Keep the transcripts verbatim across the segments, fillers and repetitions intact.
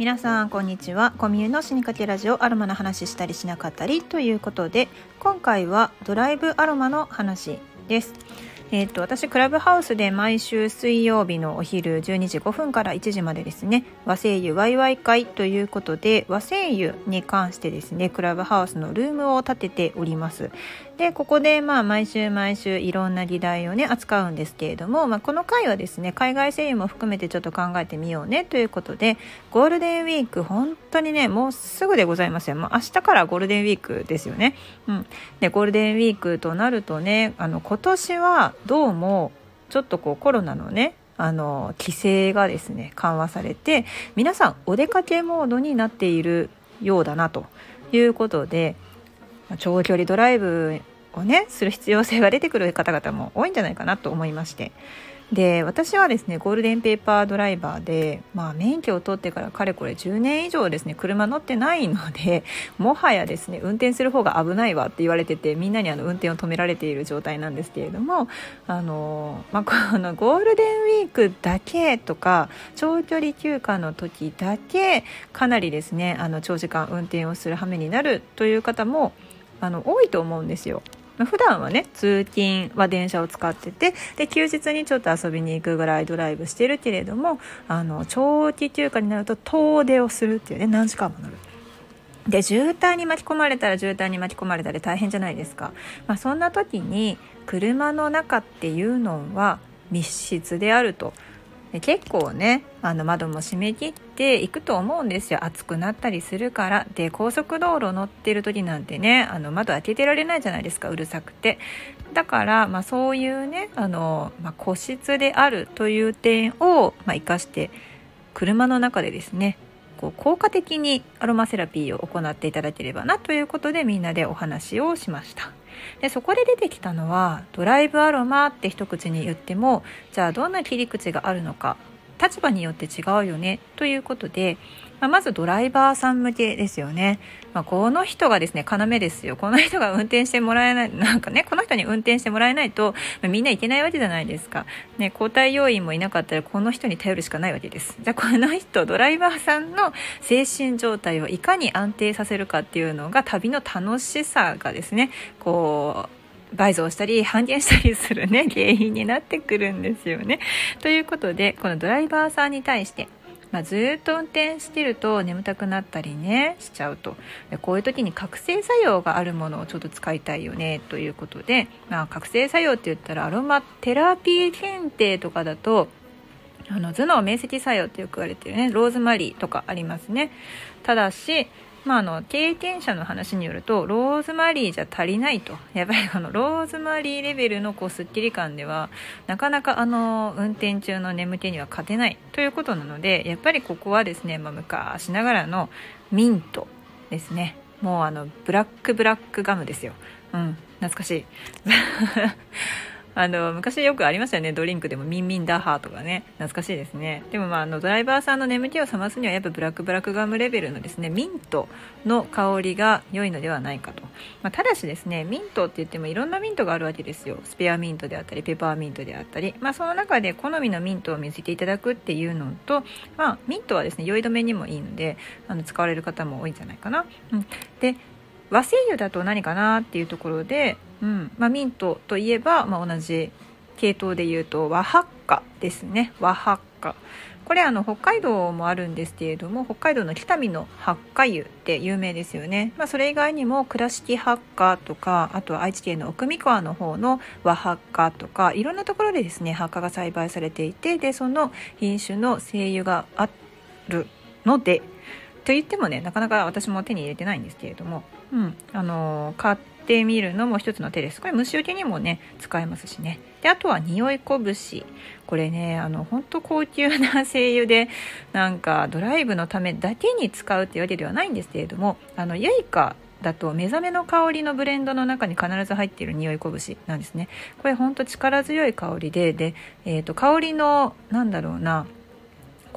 皆さんこんにちは。コミューの死にかけラジオ、アロマの話したりしなかったりということで、今回はドライブアロマの話です。えー、と私クラブハウスで毎週水曜日のお昼じゅうにじごふんからいちじまでですね、和精油ワイワイ会ということで、和精油に関してですねクラブハウスのルームを立てております。でここでまあ毎週毎週いろんな議題をね扱うんですけれども、まあ、この回はですね海外精油も含めてちょっと考えてみようねということで、ゴールデンウィーク本当にねもうすぐでございますよ。もう明日からゴールデンウィークですよね。うん、でゴールデンウィークとなるとね、あの今年はどうもちょっとこうコロナのねあの規制がですね緩和されて、皆さんお出かけモードになっているようだなということで、長距離ドライブをねする必要性が出てくる方々も多いんじゃないかなと思いまして、で私はですねゴールデンペーパードライバーで、まあ、免許を取ってからかれこれじゅうねん以上ですね車乗ってないので、もはやですね運転する方が危ないわって言われてて、みんなにあの運転を止められている状態なんですけれども、あの、まあ、このゴールデンウィークだけとか長距離休暇の時だけかなりですねあの長時間運転をする羽目になるという方もあの多いと思うんですよ。普段はね通勤は電車を使ってて、で休日にちょっと遊びに行くぐらいドライブしてるけれども、あの長期休暇になると遠出をするっていうね、何時間も乗るで渋滞に巻き込まれたら渋滞に巻き込まれたで大変じゃないですか。まあ、そんな時に車の中っていうのは密室であると。で結構ねあの窓も閉め切っていくと思うんですよ。暑くなったりするから。で高速道路乗ってる時なんてねあの窓開けてられないじゃないですか、うるさくて。だから、まあ、そういうねあの、まあ、個室であるという点を、まあ、生かして車の中でですねこう効果的にアロマセラピーを行っていただければなということで、みんなでお話をしました。でそこで出てきたのはドライブアロマって一口に言っても、じゃあどんな切り口があるのか、立場によって違うよねということで、まあ、まずドライバーさん向けですよね。まあ、この人がですね要ですよ。この人が運転してもらえないなんかねこの人に運転してもらえないと、まあ、みんないけないわけじゃないですか、ね、交代要員もいなかったらこの人に頼るしかないわけです。じゃあこの人ドライバーさんの精神状態をいかに安定させるかっていうのが旅の楽しさがですねこう倍増したり半減したりするね原因になってくるんですよね。ということでこのドライバーさんに対して、まあ、ずっと運転してると眠たくなったりねしちゃうと。でこういう時に覚醒作用があるものをちょっと使いたいよねということで、まあ、覚醒作用って言ったらアロマテラピー検定とかだとあの頭脳明晰作用ってよく言われてるねローズマリーとかありますね。ただしまあ、あの経験者の話によるとローズマリーじゃ足りないと。やっぱりあのローズマリーレベルのこうスッキリ感ではなかなかあの運転中の眠気には勝てないということなので、やっぱりここはですね、まあ、昔ながらのミントですね。もうあのブラックブラックガムですよ。うん懐かしいあの昔よくありましたよね、ドリンクでもミンミンダハーとかね、懐かしいですね。でも、まあ、あのドライバーさんの眠気を覚ますにはやっぱブラックブラックガムレベルのですねミントの香りが良いのではないかと。まあ、ただしですねミントって言ってもいろんなミントがあるわけですよ。スペアミントであったりペパーミントであったり、まあ、その中で好みのミントを見つけていただくっていうのと、まあ、ミントはですね酔い止めにもいいのであの使われる方も多いんじゃないかな、うん、で和精油だと何かなっていうところで、うんまあ、ミントといえば、まあ、同じ系統で言うと和ハッカですね。和ハッカこれあの北海道もあるんですけれども、北海道の北見のハッカ油って有名ですよね。まあ、それ以外にも倉敷ハッカとか、あとは愛知県の奥三河の方の和ハッカとか、いろんなところでですねハッカが栽培されていて、でその品種の精油があるのでと言ってもねなかなか私も手に入れてないんですけれども、うん、あの買ってみるのも一つの手です。これ虫除けにもね使えますしね。であとは匂いこぶし、これねあの本当高級な精油でなんかドライブのためだけに使うっていうわけではないんですけれども、あのユイカだと目覚めの香りのブレンドの中に必ず入っている匂いこぶしなんですね。これ本当力強い香りで、で、えーと、香りのなんだろうな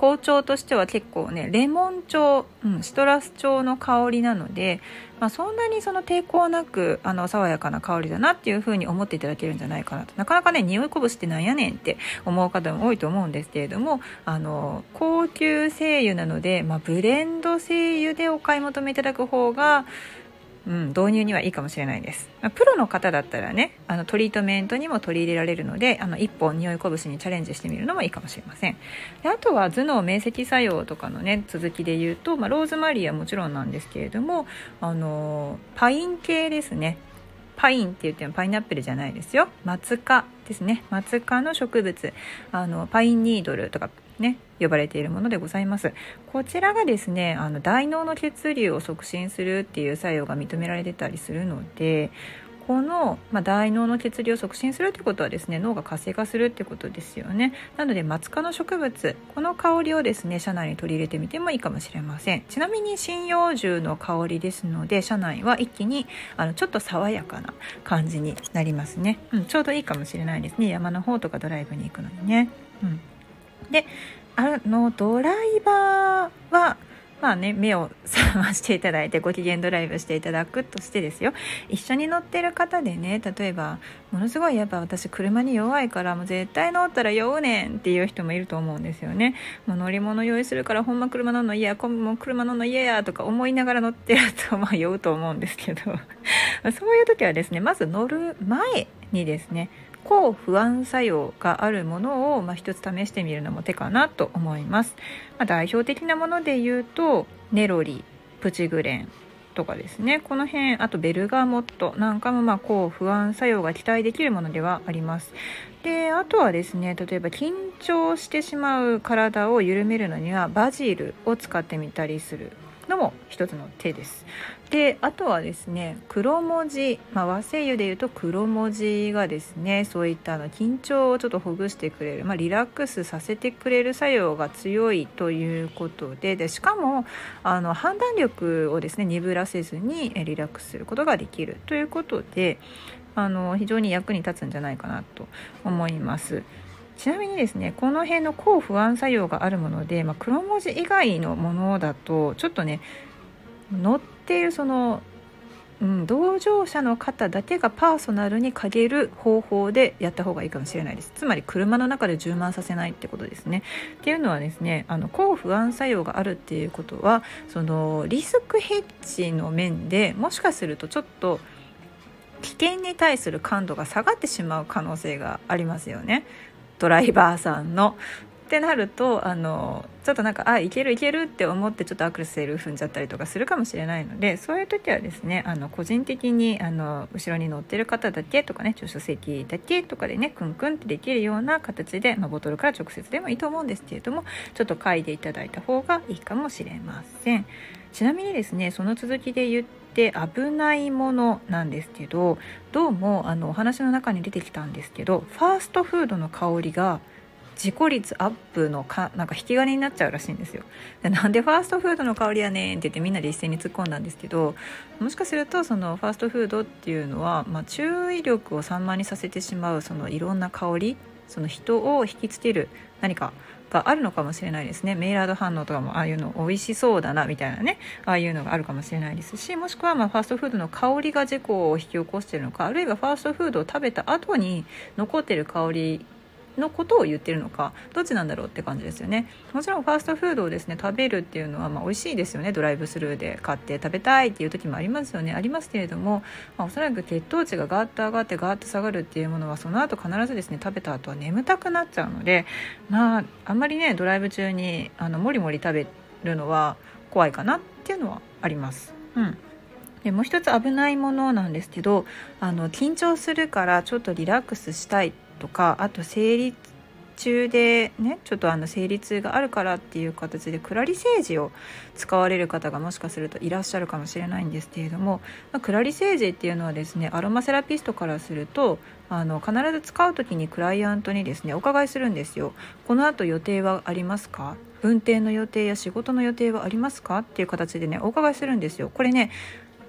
香調としては結構ねレモン調、うん、シトラス調の香りなので、まあ、そんなにその抵抗なくあの爽やかな香りだなっていう風に思っていただけるんじゃないかなと。なかなかね匂いこぶしってなんやねんって思う方も多いと思うんですけれども、あの高級精油なので、まあ、ブレンド精油でお買い求めいただく方がうん、導入にはいいかもしれないです。まあ、プロの方だったらねあのトリートメントにも取り入れられるので、あの一本匂いこぶしにチャレンジしてみるのもいいかもしれません。であとは頭脳明晰作用とかのね続きで言うと、まあ、ローズマリーはもちろんなんですけれども、あのパイン系ですね。パインって言ってもパイナップルじゃないですよ。松科ですね。松科の植物、あのパインニードルとかね呼ばれているものでございます。こちらがですねあの大脳の血流を促進するっていう作用が認められてたりするので、この、まあ、大脳の血流を促進するということはですね脳が活性化するってことですよね。なので松科の植物、この香りをですね車内に取り入れてみてもいいかもしれません。ちなみに針葉樹の香りですので、車内は一気にあのちょっと爽やかな感じになりますね、うん、ちょうどいいかもしれないですね。山の方とかドライブに行くのにね、うん、であのドライバーはまあね、目を覚ましていただいてご機嫌ドライブしていただくとしてですよ、一緒に乗ってる方でね、例えばものすごいやっぱ私車に弱いからもう絶対乗ったら酔うねんっていう人もいると思うんですよね。もう乗り物用意するからほんま車乗るの嫌や、もう車乗るの嫌やとか思いながら乗ってるとまあ酔うと思うんですけどそういう時はですね、まず乗る前にですね抗不安作用があるものを、まあ、一つ試してみるのも手かなと思います。まあ、代表的なもので言うとネロリ、プチグレンとかですね、この辺、あとベルガモットなんかもまあ抗不安作用が期待できるものではあります。であとはですね、例えば緊張してしまう体を緩めるのにはバジルを使ってみたりするのも一つの手です。であとはですね黒文字、まあ、和精油でいうと黒文字がですねそういったあの緊張をちょっとほぐしてくれる、まあ、リラックスさせてくれる作用が強いということで、でしかもあの判断力をですね鈍らせずにリラックスすることができるということで、あの非常に役に立つんじゃないかなと思います。ちなみにですねこの辺の抗不安作用があるもので、まあ、黒文字以外のものだとちょっとね乗っているその、うん、同乗者の方だけがパーソナルに嗅げる方法でやった方がいいかもしれないです。つまり車の中で充満させないってことですね。っていうのはですねあの抗不安作用があるっていうことはそのリスクヘッジの面でもしかするとちょっと危険に対する感度が下がってしまう可能性がありますよね、ドライバーさんの。ってなるとあのちょっとなんかあいけるいけるって思ってちょっとアクセル踏んじゃったりとかするかもしれないので、そういう時はですねあの個人的にあの後ろに乗ってる方だけとかね助手席だけとかでねクンクンってできるような形で、まあ、ボトルから直接でもいいと思うんですけれどもちょっと嗅いでいただいた方がいいかもしれません。ちなみにですねその続きで言って危ないものなんですけど、どうもあのお話の中に出てきたんですけどファーストフードの香りが自己率アップのかなんか引き金になっちゃうらしいんですよ。でなんでファーストフードの香りやねんって言ってみんなで一斉に突っ込んだんですけど、もしかするとそのファーストフードっていうのは、まあ、注意力を散漫にさせてしまうそのいろんな香り、その人を引きつける何かがあるのかもしれないですね。メイラード反応とかもああいうの美味しそうだなみたいなね、ああいうのがあるかもしれないですし、もしくはまあファーストフードの香りが事故を引き起こしているのか、あるいはファーストフードを食べた後に残っている香りのことを言ってるのか、どっちなんだろうって感じですよね。もちろんファーストフードをですね食べるっていうのはまあ美味しいですよね。ドライブスルーで買って食べたいっていう時もありますよね、ありますけれども、まあ、おそらく血糖値がガーッと上がってガーッと下がるっていうものはその後必ずですね食べた後は眠たくなっちゃうので、まああんまりねドライブ中にあのもりもり食べるのは怖いかなっていうのはあります。うんでもう一つ危ないものなんですけど、あの緊張するからちょっとリラックスしたいとか、あと生理中でねちょっとあの生理痛があるからっていう形でクラリセージを使われる方がもしかするといらっしゃるかもしれないんですけれども、まあ、クラリセージっていうのはですねアロマセラピストからするとあの必ず使う時にクライアントにですねお伺いするんですよ。この後予定はありますか、運転の予定や仕事の予定はありますかっていう形でねお伺いするんですよ。これね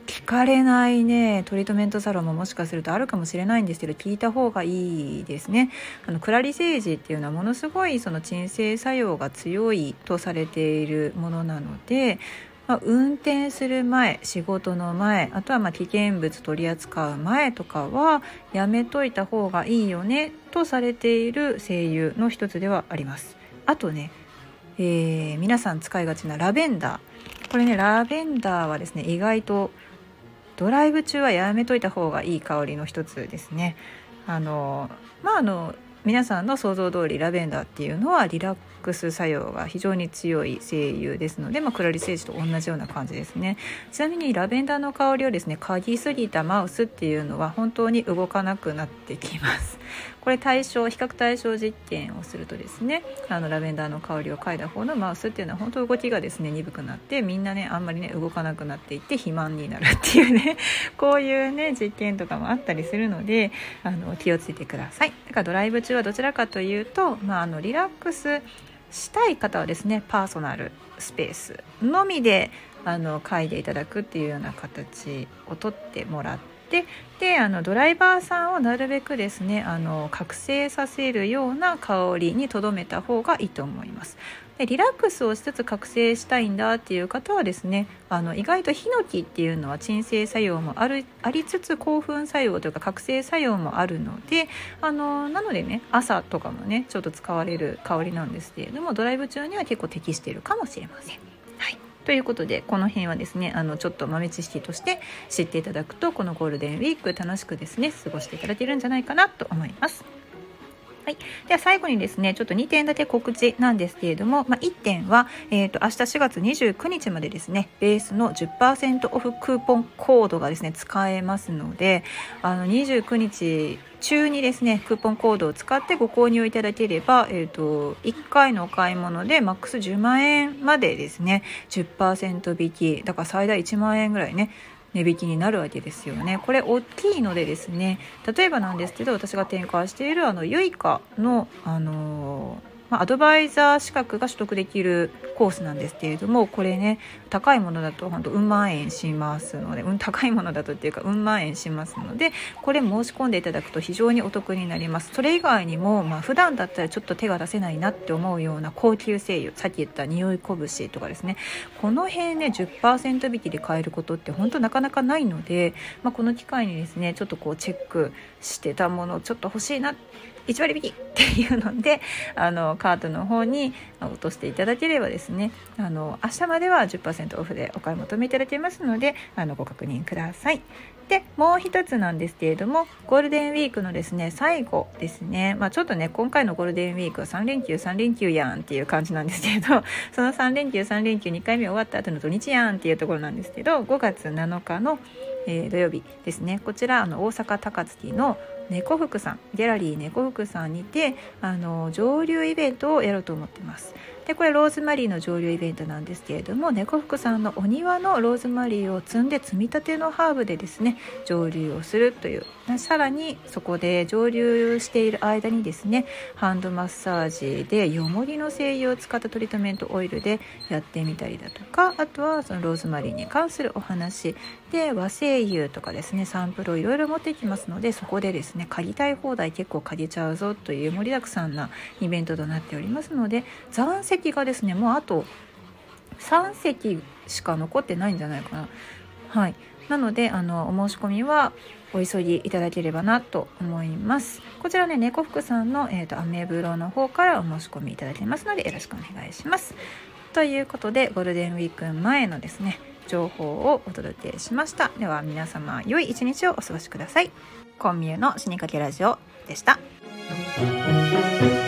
聞かれないねトリートメントサロンももしかするとあるかもしれないんですけど、聞いた方がいいですね。あのクラリセージっていうのはものすごいその鎮静作用が強いとされているものなので、まあ、運転する前、仕事の前、あとはまあ危険物取り扱う前とかはやめといた方がいいよねとされている精油の一つではあります。あとね、えー、皆さん使いがちなラベンダー、これねラベンダーはですね意外とドライブ中はやめといた方がいい香りの一つですね。あのまああの皆さんの想像通りラベンダーっていうのはリラックス作用が非常に強い精油ですので、まあ、クラリセージと同じような感じですね。ちなみにラベンダーの香りをですね嗅ぎすぎたマウスっていうのは本当に動かなくなってきます。これ対象比較対象実験をするとですね、あのラベンダーの香りを嗅いだ方のマウスっていうのは本当動きがですね鈍くなって、みんなねあんまりね動かなくなっていって肥満になるっていうねこういうね実験とかもあったりするので、あの気をつけてください。だからドライブ中はどちらかというと、まあ、あのリラックスしたい方はですねパーソナルスペースのみであの嗅いでいただくっていうような形をとってもらって、であのドライバーさんをなるべくですねあの覚醒させるような香りにとどめた方がいいと思います。でリラックスをしつつ覚醒したいんだっていう方はですね、あの意外とヒノキっていうのは鎮静作用もあるありつつ興奮作用というか覚醒作用もあるので、あのなのでね朝とかもねちょっと使われる香りなんですけれども、ドライブ中には結構適しているかもしれません。はい、ということでこの辺はですねあのちょっと豆知識として知っていただくと、このゴールデンウィーク楽しくですね過ごしていただけるんじゃないかなと思います。はい、では最後にですねちょっとにてんだけ告知なんですけれども、まあ、いってんは、えー、と明日しがつにじゅうくにちまでですねベースの じゅっパーセント オフクーポンコードがですね使えますので、あのにじゅうくにち中にですねクーポンコードを使ってご購入いただければ、えー、といっかいのお買い物でマックスじゅうまんえんまでですね じゅっパーセント 引きだから最大いちまんえんぐらいね値引きになるわけですよね。これ大きいのでですね、例えばなんですけど私が展開しているあのユイカの、あのーまあ、アドバイザー資格が取得できるコースなんですけれども、これね高いものだと本当うん万円しますので、うん高いものだとっていうかうん万円しますので、これ申し込んでいただくと非常にお得になります。それ以外にも、まあ、普段だったらちょっと手が出せないなって思うような高級精油、さっき言った匂いこぶしとかですね、この辺ね じゅっパーセント 引きで買えることって本当なかなかないので、まあ、この機会にですねちょっとこうチェックしてたものをちょっと欲しいないち割引きっていうのであのカートの方に落としていただければですね、あの明日までは じゅっパーセント オフでお買い求めいただけますので、あのご確認ください。でもう一つなんですけれども、ゴールデンウィークのですね最後ですね、まあ、ちょっとね今回のゴールデンウィークはさん連休さん連休やんっていう感じなんですけれど、そのさん連休さん連休にかいめ終わった後の土日やんっていうところなんですけど、ごがつなのかの、えー、土曜日ですね、こちらあの大阪高槻の猫福さん、ギャラリー猫福さんにてあの蒸留イベントをやろうと思ってます。でこれローズマリーの蒸留イベントなんですけれども、猫福さんのお庭のローズマリーを摘んで摘みたてのハーブでですね蒸留をするという、さらにそこで蒸留している間にですねハンドマッサージでよもぎの精油を使ったトリートメントオイルでやってみたりだとか、あとはそのローズマリーに関するお話で和精油とかですねサンプルをいろいろ持ってきますので、そこでですね嗅ぎたい放題結構嗅げちゃうぞという盛りだくさんなイベントとなっておりますので、残席がですねもうあとさん席しか残ってないんじゃないかな。はい、なのであのお申し込みはお急ぎいただければなと思います。こちらね猫福さんの、えーと、アメブロの方からお申し込みいただけますのでよろしくお願いします。ということでゴールデンウィーク前のですね情報をお届けしました。では皆様良い一日をお過ごしください。コンミューの死にかけラジオでした。